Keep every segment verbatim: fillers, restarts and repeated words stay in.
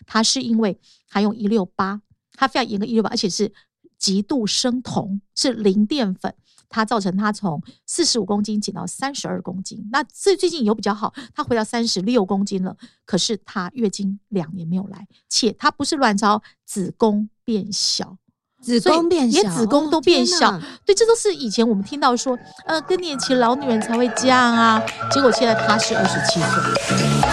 它是因为它用一六八，它非常严格一六八，而且是极度生酮，是零淀粉。它造成它从四十五公斤减到三十二公斤，那最最近有比较好，它回到三十六公斤了。可是它月经两年没有来，且它不是卵巢，子宫变小， 子宫变小， 连子宫都变小。哦、对，这都是以前我们听到说，呃，更年期老女人才会这样啊。结果现在她是二十七岁。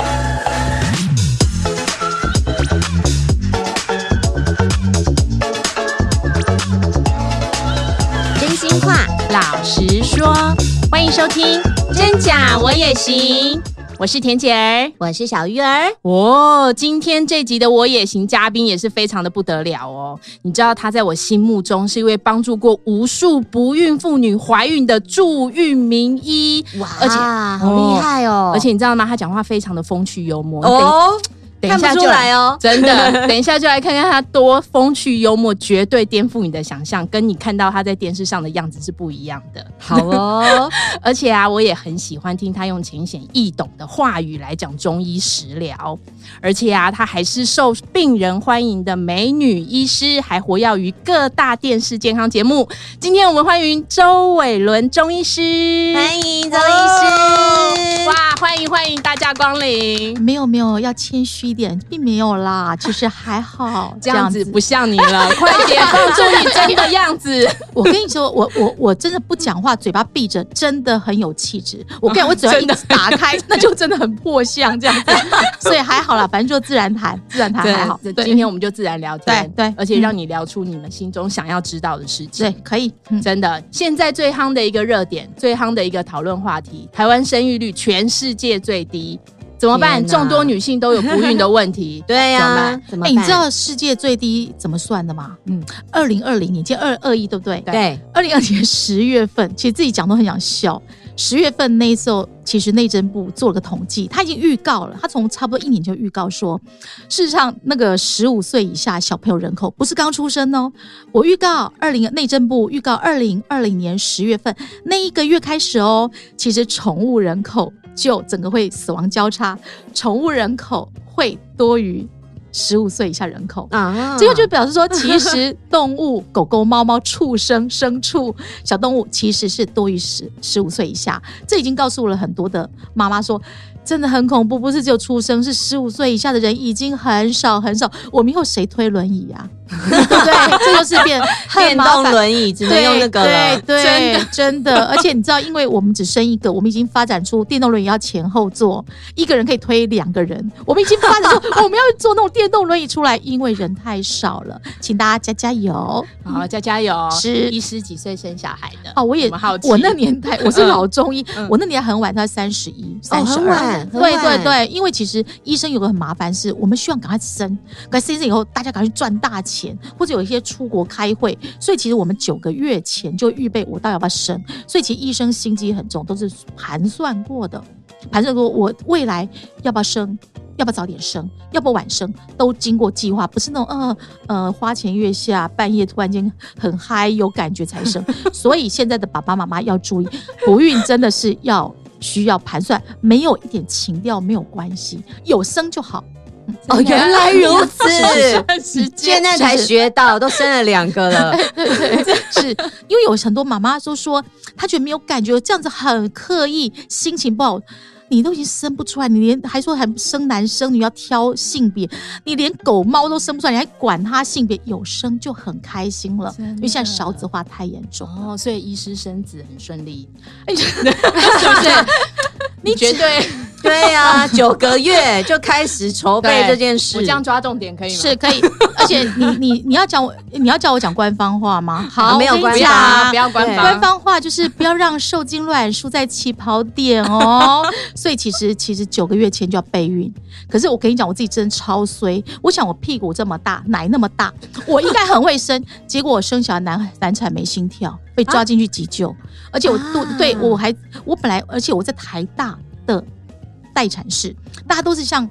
话老实说，欢迎收听真假我也行，我是田姐儿，我是小鱼儿。 哦，今天这集的我也行嘉宾也是非常的不得了哦。你知道他在我心目中是一位帮助过无数不孕妇女怀孕的助孕名医， 哇，而且好厉害哦！ 而且你知道吗？他讲话非常的风趣幽默哦。 等一下就来哦， 真的，等一下就来看看他多风趣幽默，绝对颠覆你的想象，跟你看到他在电视上的样子是不一样的。 好哦， 而且啊，我也很喜欢听他用浅显易懂的话语来讲中医食疗，而且啊，他还是受病人欢迎的美女医师，还活跃于各大电视健康节目。今天我们欢迎周伟伦中医师， 欢迎周医师， 哇，欢迎欢迎大驾光临。 没有没有，要谦虚一点，并没有啦，其实还好， 这样子不像你了，快点放出你真的样子。 我跟你说，我我我真的不讲话，嘴巴闭着，真的很有气质。我跟你讲，我嘴巴一直打开，那就真的很破相这样子。所以还好啦，反正就自然谈，自然谈还好。 今天我们就自然聊天， 对对， 而且让你聊出你们心中想要知道的事情。 对，可以， 嗯、真的。现在最夯的一个热点，最夯的一个讨论话题，台湾生育率全世界最低。怎么办？众多女性都有不孕的问题， 对呀、啊， 怎么办？哎、欸，你知道世界最低怎么算的吗？嗯，二零二零年，今天二二一，对不对？ 对， 二零二零年十月份，其实自己讲都很想笑。十月份那时候，其实内政部做了个统计，他已经预告了，他从差不多一年就预告说，事实上那个十五岁以下小朋友人口不是刚出生哦，我预告二零内政部预告二零二零年十月份那一个月开始哦，其实宠物人口就整个会死亡交叉，宠物人口会多于十五岁以下人口啊，这个就表示说，其实动物、狗狗、猫猫、畜生、牲畜、小动物其实是多于十十五岁以下。这已经告诉了很多的妈妈说，真的很恐怖，不是只有出生，是十五岁以下的人已经很少很少。我们以后谁推轮椅啊？对不对？这就是变电动轮椅，只能用那个了。 对对，真的真的。而且你知道，因为我们只生一个，我们已经发展出电动轮椅要前后坐，一个人可以推两个人。我们已经发展出我们要做那种电动轮椅出来，因为人太少了，请大家加加油。 好，加加油。 是医师几岁生小孩的？ 哦，我也我好奇， 我那年代我是老中医，嗯、我那年代很晚，他三十一、三十二。对对对，因为其实医生有个很麻烦是，我们希望赶快生，赶快生以后大家赶快赚大钱，或者有一些出国开会，所以其实我们九个月前就预备我到底要不要生，所以其实医生心机很重，都是盘算过的，盘算过我未来要不要生，要不要早点生，要不要晚生，都经过计划，不是那种呃呃花前月下半夜突然间很嗨有感觉才生。所以现在的爸爸妈妈要注意，不孕真的是要需要盘算，没有一点情调没有关系，有生就好。 哦，原来如此，现在才学到，都生了两个了。 对对对，是因为有很多妈妈都说，她觉得没有感觉，这样子很刻意，心情不好。你都已经生不出来，你连还说还生男生女要挑性别，你连狗猫都生不出来，你还管它性别，有生就很开心了。因为现在少子化太严重哦，所以医师生子很顺利， 哎，是不是？ 你绝对对啊，九个月就开始筹备这件事， 我这样抓重点可以吗？ 是可以，而且你你你要讲我，你要叫我讲官方话吗？好， 啊、没有官方，不要官方。 官方话就是不要让受精卵输在起跑点哦。所以其实其实九个月前就要备孕，可是我跟你讲，我自己真的超衰。我想我屁股这么大，奶那么大，我应该很会生，结果我生小孩难难产没心跳，被抓进去急救，啊、而且我肚、啊、对我还我本来，而且我在台大的待产室，大家都是像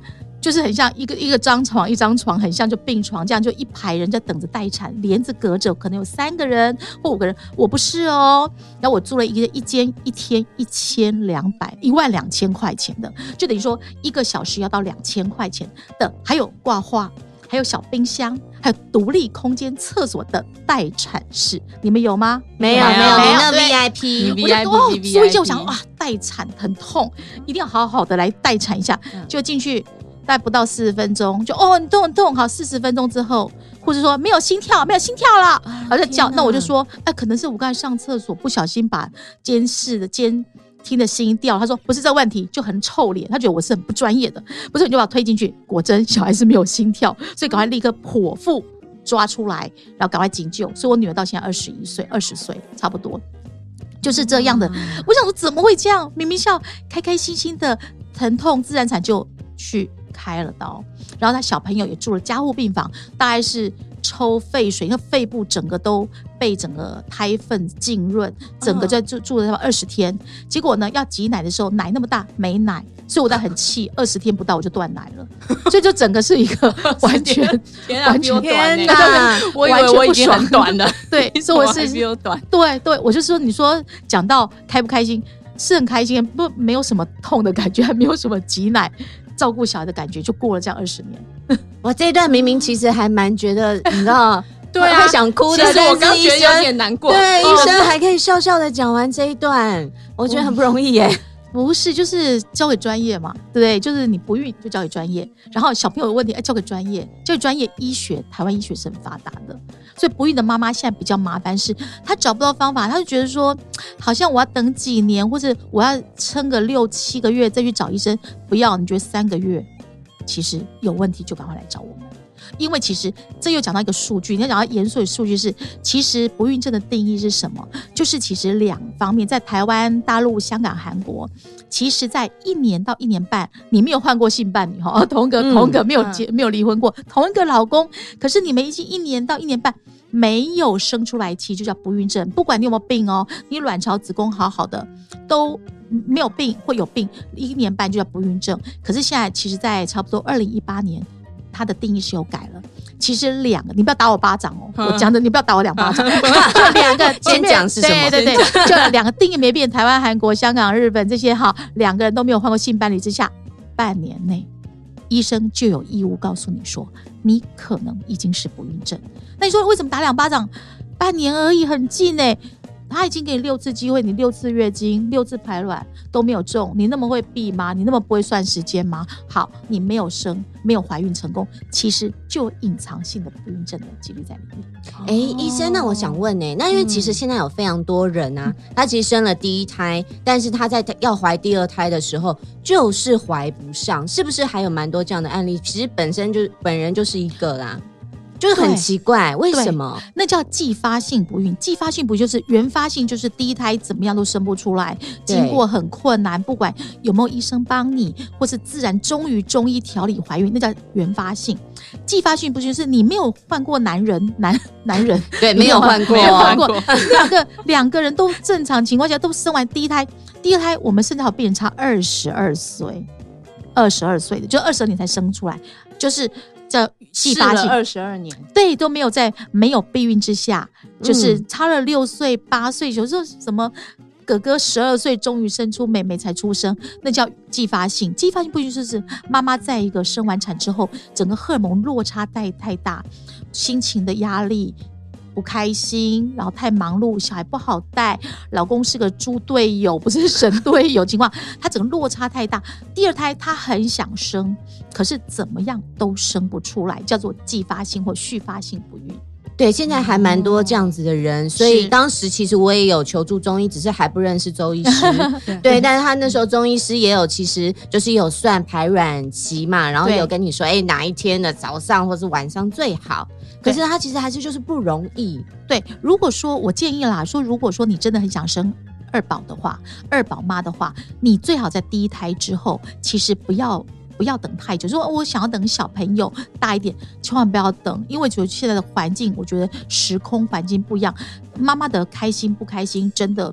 就是很像一个一个张床一张床，很像就病床这样，就一排人在等着待产，帘子隔着，可能有三个人或五个人。我不是哦，然后我住了一个一间一天一千两百一万两千块钱的，就等于说一个小时要到两千块钱的，还有挂画，还有小冰箱，还有独立空间厕所的待产室，你们有吗？ 没有没有，你那 V I P， 我就哦，所以就想哇，待产很痛，一定要好好的来待产一下，就进去。大概不到四十分钟，就哦，很痛很痛。好，四十分钟之后，或者说没有心跳，没有心跳了，然后就叫。那我就说，哎，可能是我刚才上厕所不小心把监视的监听的声音掉了。他说不是这个问题，就很臭脸，他觉得我是很不专业的。不是，你就把我推进去，果真小孩是没有心跳，所以赶快立刻剖腹抓出来，然后赶快急救。所以我女儿到现在二十一岁，二十岁差不多。就是这样的，我想说怎么会这样？明明是要开开心心的，疼痛自然产就去开了刀，然后他小朋友也住了加护病房，大概是抽肺水，那肺部整个都被整个胎粪浸润，整个在住住了二十天。结果呢，要挤奶的时候，奶那么大没奶，所以我在很气，二十天不到我就断奶了，所以就整个是一个完全完全天哪， 我以为我已经很短了， 对，所以我是比我短， 对对，我就说你说讲到开不开心，是很开心，不没有什么痛的感觉，还没有什么挤奶。照顾小孩的感觉就过了这样二十年， 我这一段明明其实还蛮觉得，你知道， 对啊， 会想哭的， 其实我刚觉得有点难过， 对，医生还可以笑笑的讲完这一段，我觉得很不容易耶。 不是，就是交给专业嘛，对不对？就是你不孕就交给专业，然后小朋友有问题，哎，交给专业，交给专业。医学，台湾医学是很发达的，所以不孕的妈妈现在比较麻烦是，她找不到方法，她就觉得说，好像我要等几年，或者我要撑个六七个月再去找医生，不要，你觉得三个月，其实有问题就赶快来找我们。因为其实这又讲到一个数据，你要讲到严肃的数据是，其实不孕症的定义是什么？就是其实两方面，在台湾、大陆、香港、韩国，其实在一年到一年半，你没有换过性伴侣哈，同一个同一个没有结、嗯、没有离婚过，同一个老公，可是你们已经一年到一年半没有生出来，其实就叫不孕症。不管你有没有病哦，你卵巢、子宫好好的都没有病或有病，一年半就叫不孕症。可是现在其实，在差不多二零一八年。它的定义是有改了，其实两个，你不要打我巴掌哦，我讲的你不要打我两巴掌，就两个先讲是什么？ 对对对，就两个定义没变，台湾、韩国、香港、日本这些哈，两个人都没有换过性伴侣之下，半年内医生就有义务告诉你说，你可能已经是不孕症。那你说为什么打两巴掌？半年而已，很近哎。他已经给你六次机会，你六次月经、六次排卵都没有中，你那么会避吗？你那么不会算时间吗？好，你没有生，没有怀孕成功，其实就有隐藏性的不孕症的几率在里面。 哎、欸，医生，那我想问呢、欸，那因为其实现在有非常多人啊，嗯、他其实生了第一胎，但是他在要怀第二胎的时候就是怀不上，是不是还有蛮多这样的案例？其实本身就本人就是一个啦。就是很奇怪，为什么？ 那叫继发性不孕。继发性不孕就是原发性，就是第一胎怎么样都生不出来，经过很困难，不管有没有医生帮你，或是自然终于中医调理怀孕，那叫原发性。继发性不孕是你没有换过男人，男男人对，没有换过， 没有换过，两个两个人都正常情况下都生完第一胎，第二胎我们甚至还有病人差二十二岁，二十二岁的就二十二年才生出来，就是叫继发性， 二十二年， 对，都没有在没有避孕之下，就是差了六岁八岁，有时候什么哥哥十二岁终于生出妹妹才出生，那叫继发性。继发性不孕就是妈妈在一个生完产之后，整个荷尔蒙落差太太大，心情的压力。不开心，然后太忙碌，小孩不好带，老公是个猪队友，不是神队友情况，他整个落差太大。第二胎他很想生，可是怎么样都生不出来，叫做继发性或续发性不孕。 对，现在还蛮多这样子的人、哦、所以当时其实我也有求助中医，只是还不认识周医师对, 对，但是他那时候中医师也有其实就是有算排卵期嘛，然后有跟你说哎，哪一天的早上或是晚上最好，可是他其实还是就是不容易。 对，如果说我建议啦，说如果说你真的很想生二宝的话，二宝妈的话，你最好在第一胎之后其实不要不要等太久，说我想要等小朋友大一点，千万不要等，因为觉得现在的环境，我觉得时空环境不一样，妈妈的开心不开心，真的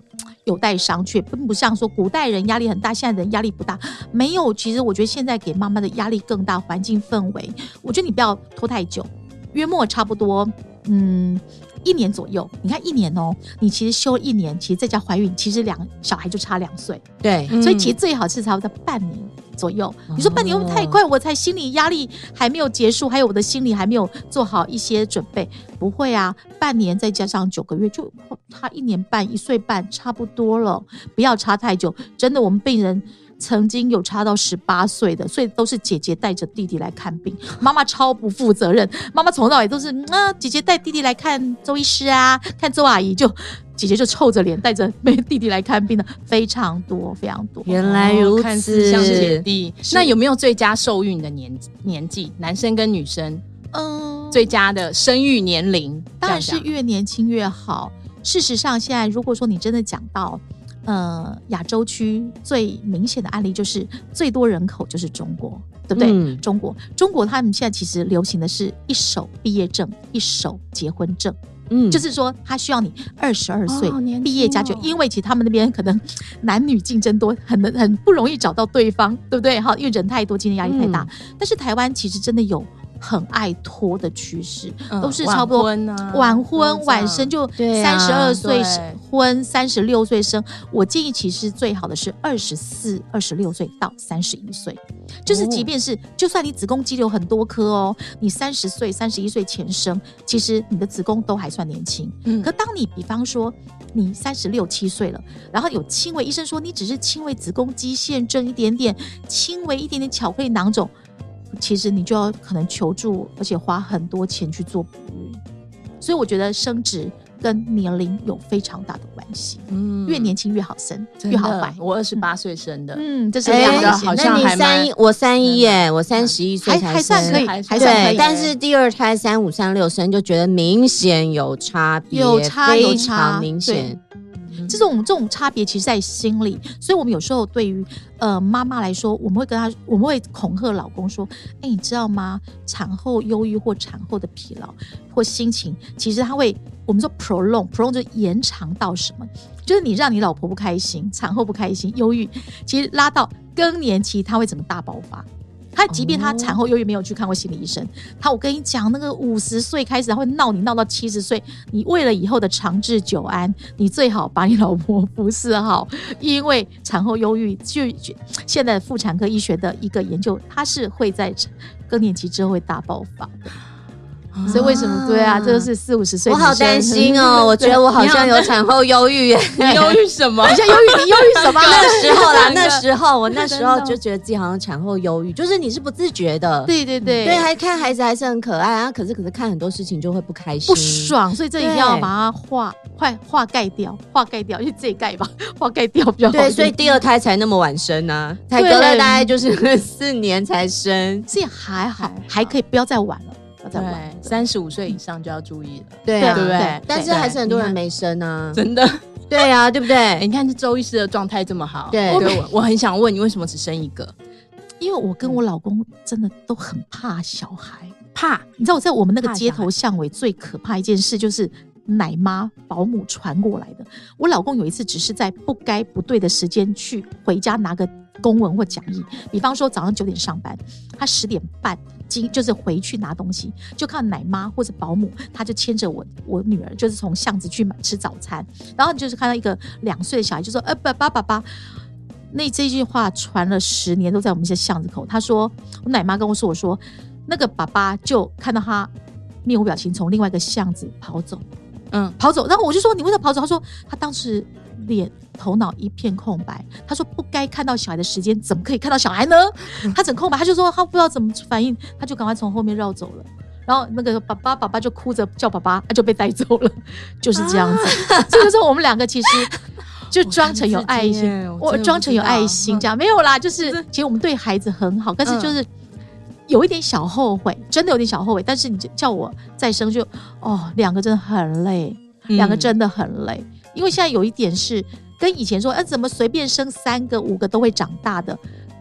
有待商榷，并不像说古代人压力很大，现在人压力不大，没有。其实我觉得现在给妈妈的压力更大，环境氛围，我觉得你不要拖太久，约莫差不多，嗯。一年左右，你看一年哦，你其实休一年，其实在家怀孕，其实两小孩就差两岁， 对， 所以其实最好是差不多半年左右。嗯、你说半年会不会太快？我才心理压力还没有结束，还有我的心理还没有做好一些准备，不会啊，半年再加上九个月，就差一年半、一岁半，差不多了，不要差太久。真的，我们病人。曾经有差到十八岁的，所以都是姐姐带着弟弟来看病，妈妈超不负责任，妈妈从头到尾都是啊，姐姐带弟弟来看周医师啊，看周阿姨，就姐姐就臭着脸带着弟弟来看病的非常多非常多。 原来如此， 看似像姐弟。那有没有最佳受孕的年年纪？男生跟女生，嗯，最佳的生育年龄， 当然是越年轻越好。事实上，现在如果说你真的讲到。呃，亚洲区最明显的案例就是最多人口就是中国，对不对？嗯、中国，中国他们现在其实流行的是一手毕业证，一手结婚证。嗯，就是说他需要你二十二岁毕业加酒、哦哦，因为其实他们那边可能男女竞争多，很很不容易找到对方，对不对？哈，因为人太多，竞争压力太大。嗯、但是台湾其实真的有。很爱拖的趋势、嗯，都是差不多晚婚啊，晚婚晚生就三十二岁婚，三十六岁生。我建议其实最好的是二十四、二十六岁到三十一岁，就是即便是、哦、就算你子宫肌瘤很多颗哦，你三十岁、三十一岁前生，其实你的子宫都还算年轻。嗯，可当你比方说你三十六七岁了，然后有轻微医生说你只是轻微子宫肌腺症一点点，轻微一点点巧克力囊肿。其实你就要可能求助，而且花很多钱去做哺育，所以我觉得生殖跟年龄有非常大的关系。嗯，越年轻越好生，越好怀。 我二十八岁生的， 嗯，这是两个、欸、 好像还蛮。我三一耶，嗯、我三十一岁才生， 还还算可以，还算可以。但是第二胎三五三六生就觉得明显有差别， 有差有差， 非常明显。 这种这种差别其实在心里，所以我们有时候对于呃妈妈来说，我们会跟她，我们会恐吓老公说，哎，你知道吗？产后忧郁或产后的疲劳或心情，其实它会我们说 prolong prolong 就延长到什么？就是你让你老婆不开心，产后不开心，忧郁，其实拉到更年期，它会整个大爆发。他即便他产后忧郁没有去看过心理医生，他我跟你讲，那个五十岁开始他会闹你闹到七十岁，你为了以后的长治久安，你最好把你老婆服侍好，因为产后忧郁就现在妇产科医学的一个研究，它是会在更年期之后会大爆发的。所以为什么对啊？这就是四五十岁， 我好担心哦。我觉得我好像有产后忧郁耶。 你忧郁什么？ 你现在忧郁，你忧郁什么？ 那时候啦，那时候我那时候就觉得自己好像产后忧郁，就是你是不自觉的。 对对对， 对，还看孩子还是很可爱啊，可是可是看很多事情就会不开心、 不爽，所以这一定要把它化化化盖掉，化盖掉，就自己盖吧，化盖掉比较好。 对，所以第二胎才那么晚生啊，才隔了大概就是四年才生， 所以还好，还可以，不要再晚了。 对，三十五岁以上就要注意了， 对啊， 对不对？ 但是还是很多人没生啊， 真的， 对啊，对不对？ 欸、你看这周医师的状态这么好， 对， 我我很想问你，为什么只生一个？ 因为我跟我老公真的都很怕小孩， 怕。 你知道我在我们那个街头巷尾最可怕一件事就是奶妈保姆传过来的。我老公有一次只是在不该不对的时间去回家拿个公文或讲义，比方说早上九点上班，他十点半就是回去拿东西，就看奶妈或者保姆，他就牵着我我女儿，就是从巷子去买吃早餐，然后就是看到一个两岁的小孩，就说：“呃，爸爸爸爸。”那这句话传了十年，都在我们这巷子口。他说，我奶妈跟我说，我说那个爸爸就看到他面无表情从另外一个巷子跑走，嗯，跑走。然后我就说你为什么跑走？他说他当时脸头脑一片空白。他说不该看到小孩的时间，怎么可以看到小孩呢？他整空白，他就说他不知道怎么反应，他就赶快从后面绕走了。然后那个爸爸爸爸就哭着叫爸爸，他就被带走了，就是这样子。这个时候我们两个其实。就装成有爱心，我装成有爱心这样，没有啦，就是其实我们对孩子很好，但是就是有一点小后悔，真的有点小后悔。但是你叫我再生就哦，两个真的很累，两个真的很累，因为现在有一点是跟以前说，哎、啊，怎么随便生三个五个都会长大的，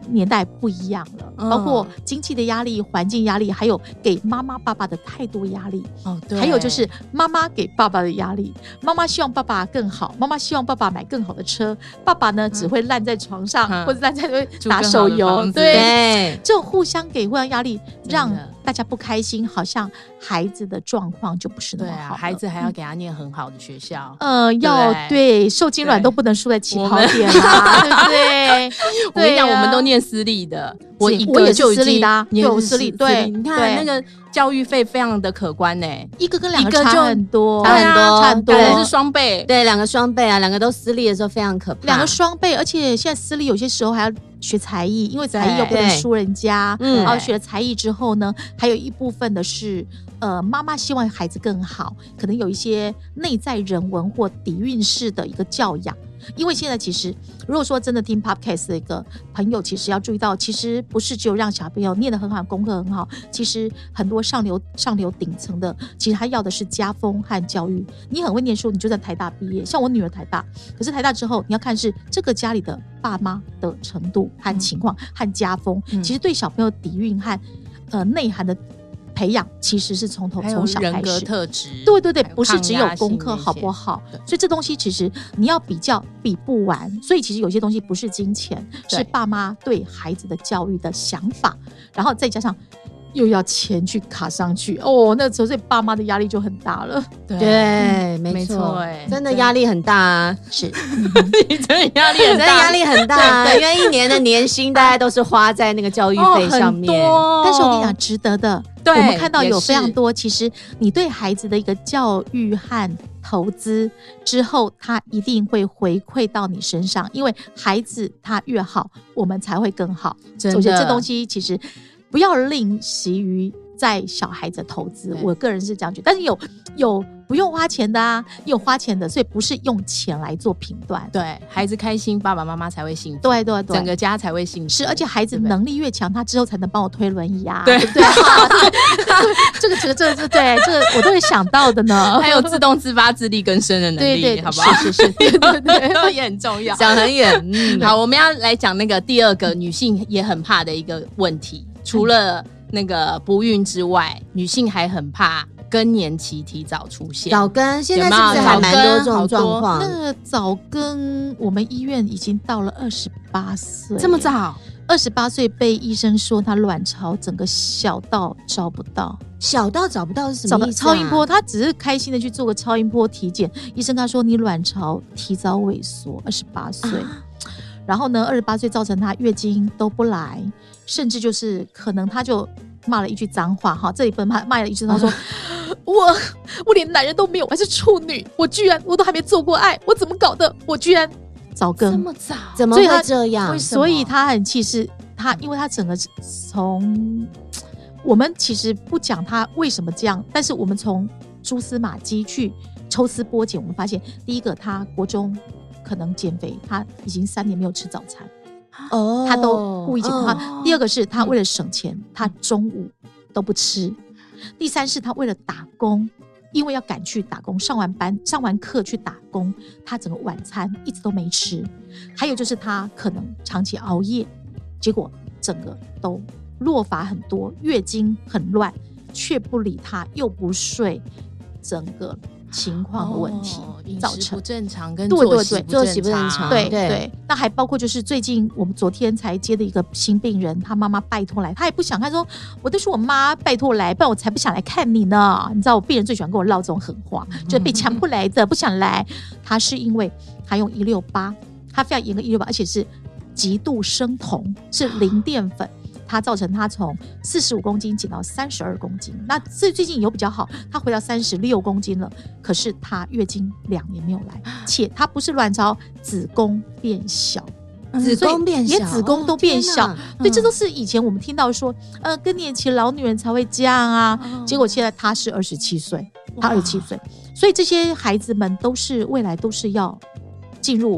年代不一样了，嗯、包括经济的压力、环境压力，还有给妈妈爸爸的太多压力。 哦，对。 还有就是妈妈给爸爸的压力，妈妈希望爸爸更好，妈妈希望爸爸买更好的车，爸爸呢、嗯、只会烂在床上、嗯、或者烂在打手游。对，对，这种互相给互相压力，让大家不开心，好像孩子的状况就不是那么好。对啊， 孩子还要给他念很好的学校， 呃，要 对, 对受精卵都不能输在起跑点啦，对不对？ 我跟你讲，我们都念私立的，我一个就已经私立的、啊，对，我私立，对， 你看那个教育费非常的可观呢、欸， 一个跟两个差很多， 差很多， 差很多， 可能是双倍， 对，两个双倍啊，两个都私立的时候非常可怕， 两个双倍，而且现在私立有些时候还要学才艺，因为才艺又不能输人家，然后学了才艺之后呢，还有一部分的是。呃，妈妈希望孩子更好，可能有一些内在人文或底蕴式的一个教养。因为现在其实，如果说真的听 Podcast 的一个朋友，其实要注意到，其实不是只有让小朋友念得很好，功课很好，其实很多上流上流顶层的，其实他要的是家风和教育。你很会念书，你就在台大毕业，像我女儿台大，可是台大之后，你要看是这个家里的爸妈的程度和情况、嗯、和家风，嗯、其实对小朋友底蕴和呃内涵的。培养其实是从头从小开始， 人格特质， 对对对，不是只有功课好不好，所以这东西其实你要比较比不完，所以其实有些东西不是金钱，是爸妈对孩子的教育的想法，然后再加上又要钱去卡上去，哦，那时候所以爸妈的压力就很大了。 对，对嗯、没错，欸、真的压力很大啊， 是， 你真的压力很大， 真的压力很大、啊，因为一年的年薪大概都是花在那个教育费上面、 哦，但是我跟你讲，值得的。对，我们看到有非常多，其实你对孩子的一个教育和投资之后，他一定会回馈到你身上，因为孩子他越好，我们才会更好。我觉得这东西其实不要吝惜于在小孩子的投资，我个人是这样觉得。但是有有不用花钱的啊，有花钱的，所以不是用钱来做评断。 对，孩子开心，爸爸妈妈才会幸福。 对对对， 整个家才会幸福。 是，而且孩子能力越强，他之后才能帮我推轮椅啊。对对对，这个这个这个这个对这个我都会想到的呢。 还有自动自发自力更生的能力， 对对， 好不好？ 是是是，对对对， 也很重要。 想很远。嗯， 好，我们要来讲那个第二个女性也很怕的一个问题，除了那个不孕之外，女性还很怕更年期提早出现。 早更现在是不是还蛮多这种状况？ 那个早更，我们医院已经到了二十八岁， 这么早？ 二十八岁被医生说他卵巢整个小到找不到。 小到找不到是什么意思、啊？ 超音波，他只是开心的去做个超音波体检，医生跟他说你卵巢提早萎缩，二十八岁。啊，然后呢，二十八岁造成她月经都不来，甚至就是可能她就骂了一句脏话哈，这里不能骂，骂了一句，她说、嗯、我我连男人都没有，我还是处女，我居然我都还没做过爱，我怎么搞的？我居然早更这么早， 怎么会这样？ 所以她很气势，她因为她整个从我们其实不讲她为什么这样，但是我们从蛛丝马迹去抽丝剥茧，我们发现第一个她国中。可能减肥，他已经三年没有吃早餐，哦，他都故意减他、哦。第二个是他为了省钱，嗯、他中午都不吃。第三是他为了打工，因为要赶去打工，上完班上完课去打工，他整个晚餐一直都没吃。还有就是他可能长期熬夜，结果整个都落发很多，月经很乱，却不理他，又不睡，整个。情况的问题、哦、造成不正常跟作息作息不正常， 对 对, 对。那还包括就是最近我们昨天才接的一个新病人，他妈妈拜托来，他也不想，他说我都是我妈拜托来，不然我才不想来看你呢。你知道我病人最喜欢跟我唠这种狠话，嗯、就是被强迫来的，不想来。他是因为他用一六八，他非常严格一六八，而且是极度生酮，是零淀粉。它造成他从四十五公斤减到三十二公斤，那最最近有比较好，他回到三十六公斤了。可是他月经两年没有来，且他不是卵巢，子宫变小， 子宫变小， 连子宫都变小。哦嗯、对，这都是以前我们听到说，呃，更年期老女人才会这样啊。哦、结果现在他是二十七岁，他二十七岁，所以这些孩子们都是未来都是要进入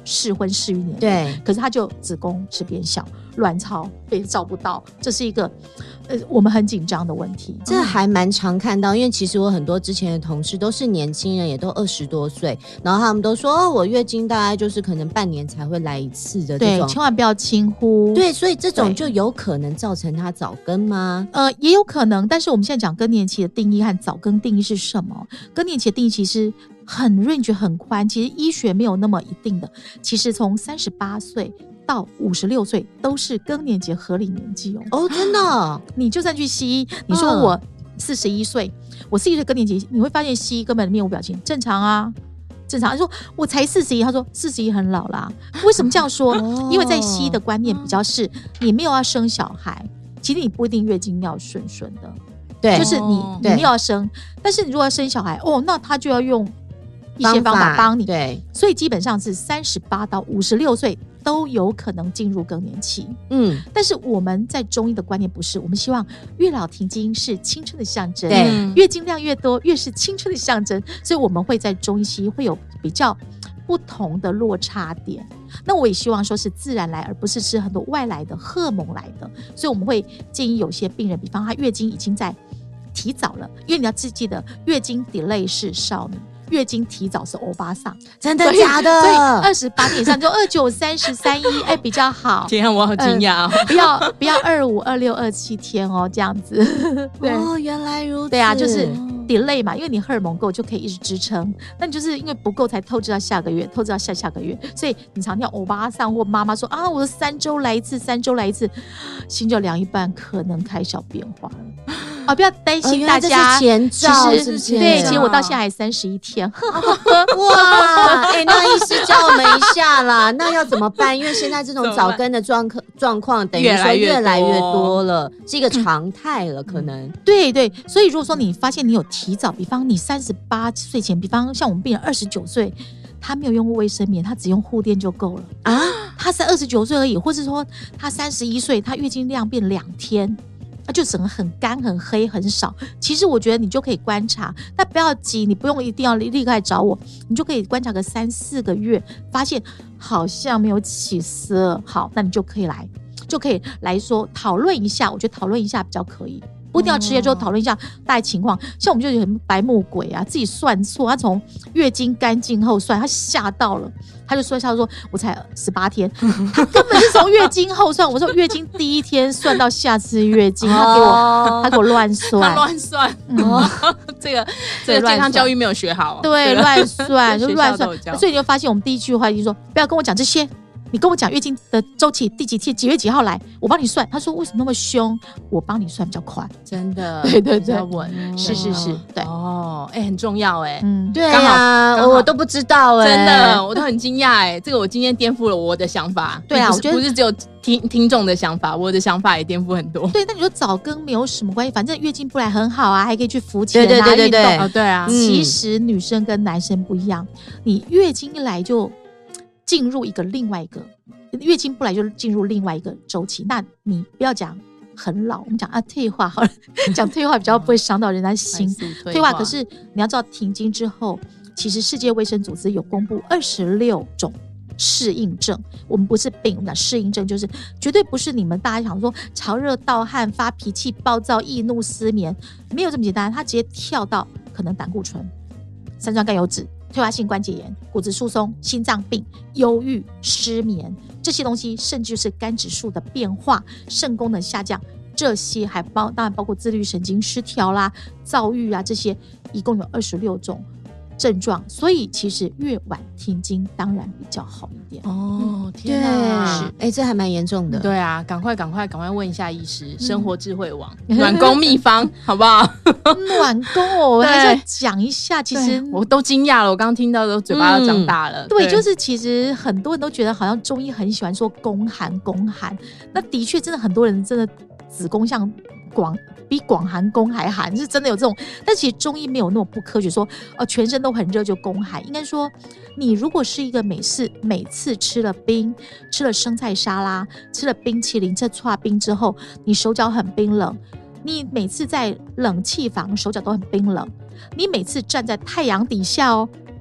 适婚适育年龄， 对， 可是他就子宫是变小，卵巢被照不到，这是一个呃我们很紧张的问题。 这还蛮常看到，因为其实我很多之前的同事都是年轻人，也都二十多岁，然后他们都说哦，我月经大概就是可能半年才会来一次的这种， 对，千万不要轻忽。 对，所以这种就有可能造成他早更吗？ 呃，也有可能，但是我们现在讲更年期的定义和早更定义是什么？更年期的定义其实很 range 很宽，其实医学没有那么一定的。其实从三十八岁到五十六岁都是更年期合理年纪哦。 哦，真的、哦？ 你就算去西医，你说我四十一岁，我四十一岁更年期，你会发现西医根本面无表情，正常啊。正常，他说我才四十一，他说四十一很老啦。为什么这样说？哦、因为在西医的观念比较是，你没有要生小孩，其实你不一定月经要顺顺的， 对， 就是你你没有要生，但是你如果要生小孩，哦，那他就要用一些方法帮你。 对， 所以基本上是三十八到五十六岁都有可能进入更年期。嗯，但是我们在中医的观念不是，我们希望月老停经是青春的象征， 对， 月经量越多越是青春的象征，所以我们会在中医西医会有比较不同的落差点。那我也希望说是自然来，而不是吃很多外来的荷尔蒙来的，所以我们会建议有些病人，比方他月经已经在提早了，因为你要记得月经 delay 是少女，月经提早是欧巴桑， 真的假的？ 所以二十八点以上就二九三十三一，哎，比较好。 天啊，我好惊讶哦！ 呃、不要不要二五二六二七天哦，这样子。 对哦，原来如此。 对啊，就是 delay 嘛，因为你荷尔蒙够就可以一直支撑，那你就是因为不够才透支到下个月，透支到下下个月，所以你常听欧巴桑或妈妈说啊，我三周来一次，三周来一次，心就凉一半，可能开小变化了。啊、哦，不要担心大家， 哦、前兆其实是对，其实我到现在还三十一天。 哇，哎、欸，那医师教我们一下啦，那要怎么办？因为现在这种早更的状状况，等于说越来越多了，是一个常态了，可能。 对对，所以如果说你发现你有提早，比方你三十八岁前，比方像我们病人二十九岁。他没有用过卫生棉，他只用护垫就够了啊！他才二十九岁而已，或是说他三十一岁，他月经量变两天，他就整个很干、很黑、很少。其实我觉得你就可以观察，但不要急，你不用一定要立刻来找我，你就可以观察个三四个月，发现好像没有起色，好，那你就可以来，就可以来说讨论一下。我觉得讨论一下比较可以。不一定要吃药，就讨论一下大概情况。像我们就有很白目鬼啊，自己算错，他从月经干净后算，他吓到了，他就说他说我才十八天，他根本是从月经后算。我说月经第一天算到下次月经，他给我他给我乱算， 他乱算，嗯、这个这个健康教育没有学好， 对，乱算就乱算，所以你就发现我们第一句话就说不要跟我讲这些。你跟我讲月经的周期第几天几月几号来，我帮你算。他说为什么那么凶？我帮你算比较快， 真的， 对对对， 稳， 是是是，对哦，哎、欸，很重要哎、欸， 嗯，对啊，我都不知道哎、欸， 真的，我都很惊讶哎，这个我今天颠覆了我的想法。 对啊， 我觉得不是只有听听众的想法，我的想法也颠覆很多。 对，那你说早更没有什么关系，反正月经不来很好啊，还可以去浮潜啊， 对对对对对， 哦对啊。 其实女生跟男生不一样，你月经一来就进入一个另外一个。月经不来就进入另外一个周期，那你不要讲很老，我们讲啊退化好了，讲退化比较不会伤到人家心。 退, 退化可是你要知道，停经之后，其实世界卫生组织有公布二十六种适应症。我们不是病，我们讲适应症，就是绝对不是你们大家想说潮热盗汗、发脾气、暴躁、易怒、失眠，没有这么简单，它直接跳到可能胆固醇、三酸甘油酯。退化性关节炎、骨质疏松、心脏病、忧郁、失眠这些东西，甚至是肝指数的变化、肾功能下降，这些还包当然包括自律神经失调啦、躁郁啊，这些一共有二十六种症状，所以其实越晚停经当然比较好一点。 哦，天哪， 哎、欸，这还蛮严重的。 对啊，赶快赶快赶快问一下医师，嗯、生活智慧网暖宫秘方好不好？ 暖宫哦，我还是要讲一下。其实我都惊讶了，我刚刚听到都嘴巴都张大了。 嗯、对, 对，就是其实很多人都觉得好像中医很喜欢说宫寒宫寒，那的确真的很多人真的子宫像广。比广寒宫还寒，是真的有这种，但其实中医没有那么不科学，说呃全身都很热就宫寒。应该说，你如果是一个每次每次吃了冰、吃了生菜沙拉、吃了冰淇淋、吃剉冰之后，你手脚很冰冷，你每次在冷气房手脚都很冰冷，你每次站在太阳底下哦。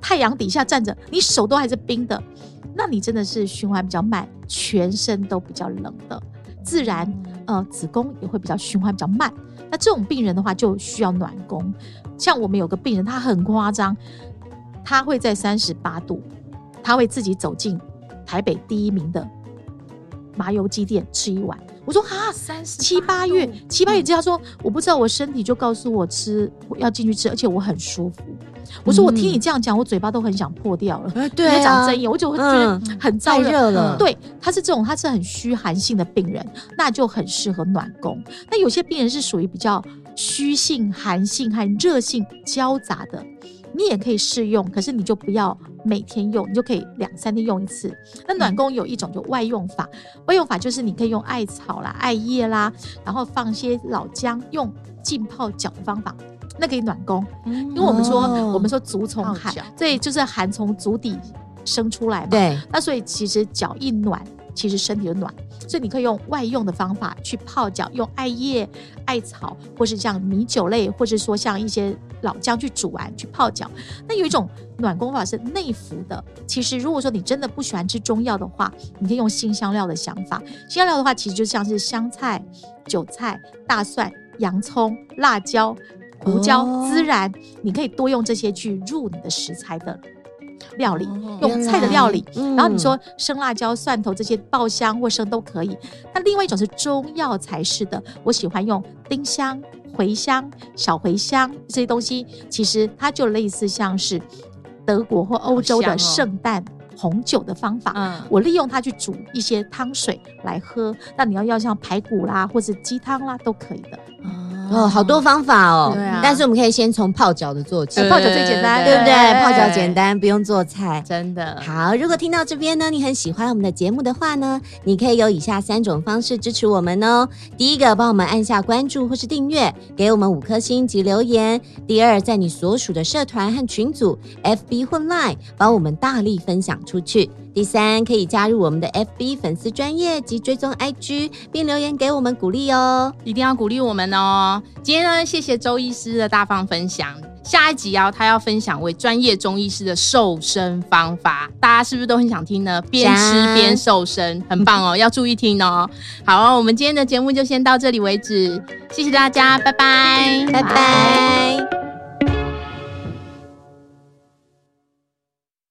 太阳底下站着，你手都还是冰的，那你真的是循环比较慢，全身都比较冷的，自然呃子宫也会比较循环比较慢。那这种病人的话就需要暖宫。像我们有个病人，他很夸张，他会在三十八度，他会自己走进台北第一名的麻油鸡店吃一碗。我说哈，七八月七八月之后，他说我不知道，我身体就告诉我吃，我要进去吃，而且我很舒服。我说我听你这样讲，我嘴巴都很想破掉了。 嗯、对啊， 长针眼，我就会觉得很燥热、 嗯、热了。 对，他是这种，他是很虚寒性的病人，那就很适合暖宫。那有些病人是属于比较虚性、寒性和热性交杂的。你也可以试用，可是你就不要每天用，你就可以两三天用一次。那暖宫有一种就外用法，外用法就是你可以用艾草啦、艾叶啦，然后放些老姜，用浸泡脚的方法，那可以暖宫。嗯、因为我们说、哦、我们说足从寒，对，就是寒从足底生出来嘛。 对， 那所以其实脚一暖，其实身体就暖，所以你可以用外用的方法去泡脚，用艾叶、艾草，或是像米酒类，或是说像一些老姜去煮完去泡脚。那有一种暖宫法是内服的，其实如果说你真的不喜欢吃中药的话，你可以用辛香料的想法。辛香料的话，其实就像是香菜、韭菜、大蒜、洋葱、辣椒、胡椒、哦、孜然，你可以多用这些去入你的食材的料理，用菜的料理、嗯、然后你说生辣椒、蒜头这些爆香或生都可以。那另外一种是中药材式的，我喜欢用丁香、茴香、小茴香这些东西，其实它就类似像是德国或欧洲的圣诞红酒的方法、嗯、我利用它去煮一些汤水来喝。那你要要像排骨啦或者鸡汤啦都可以的。 哦，好多方法哦、 啊、 但是我们可以先从泡脚的做起， 泡脚最简单， 对不对？泡脚简单，不用做菜， 真的好。如果听到这边呢，你很喜欢我们的节目的话呢，你可以有以下三种方式支持我们哦。第一个，帮我们按下关注或是订阅，给我们五颗星及留言。第二，在你所属的社团和群组 F B 或 Line 帮我们大力分享出去。第三，可以加入我们的 F B 粉丝专页及追踪 I G， 并留言给我们鼓励哦， 一定要鼓励我们哦。今天呢，谢谢周医师的大方分享。下一集啊，他要分享为专业中医师的瘦身方法，大家是不是都很想听呢？边吃边瘦身，很棒哦，要注意听哦。好，我们今天的节目就先到这里为止，谢谢大家，拜拜， 拜拜。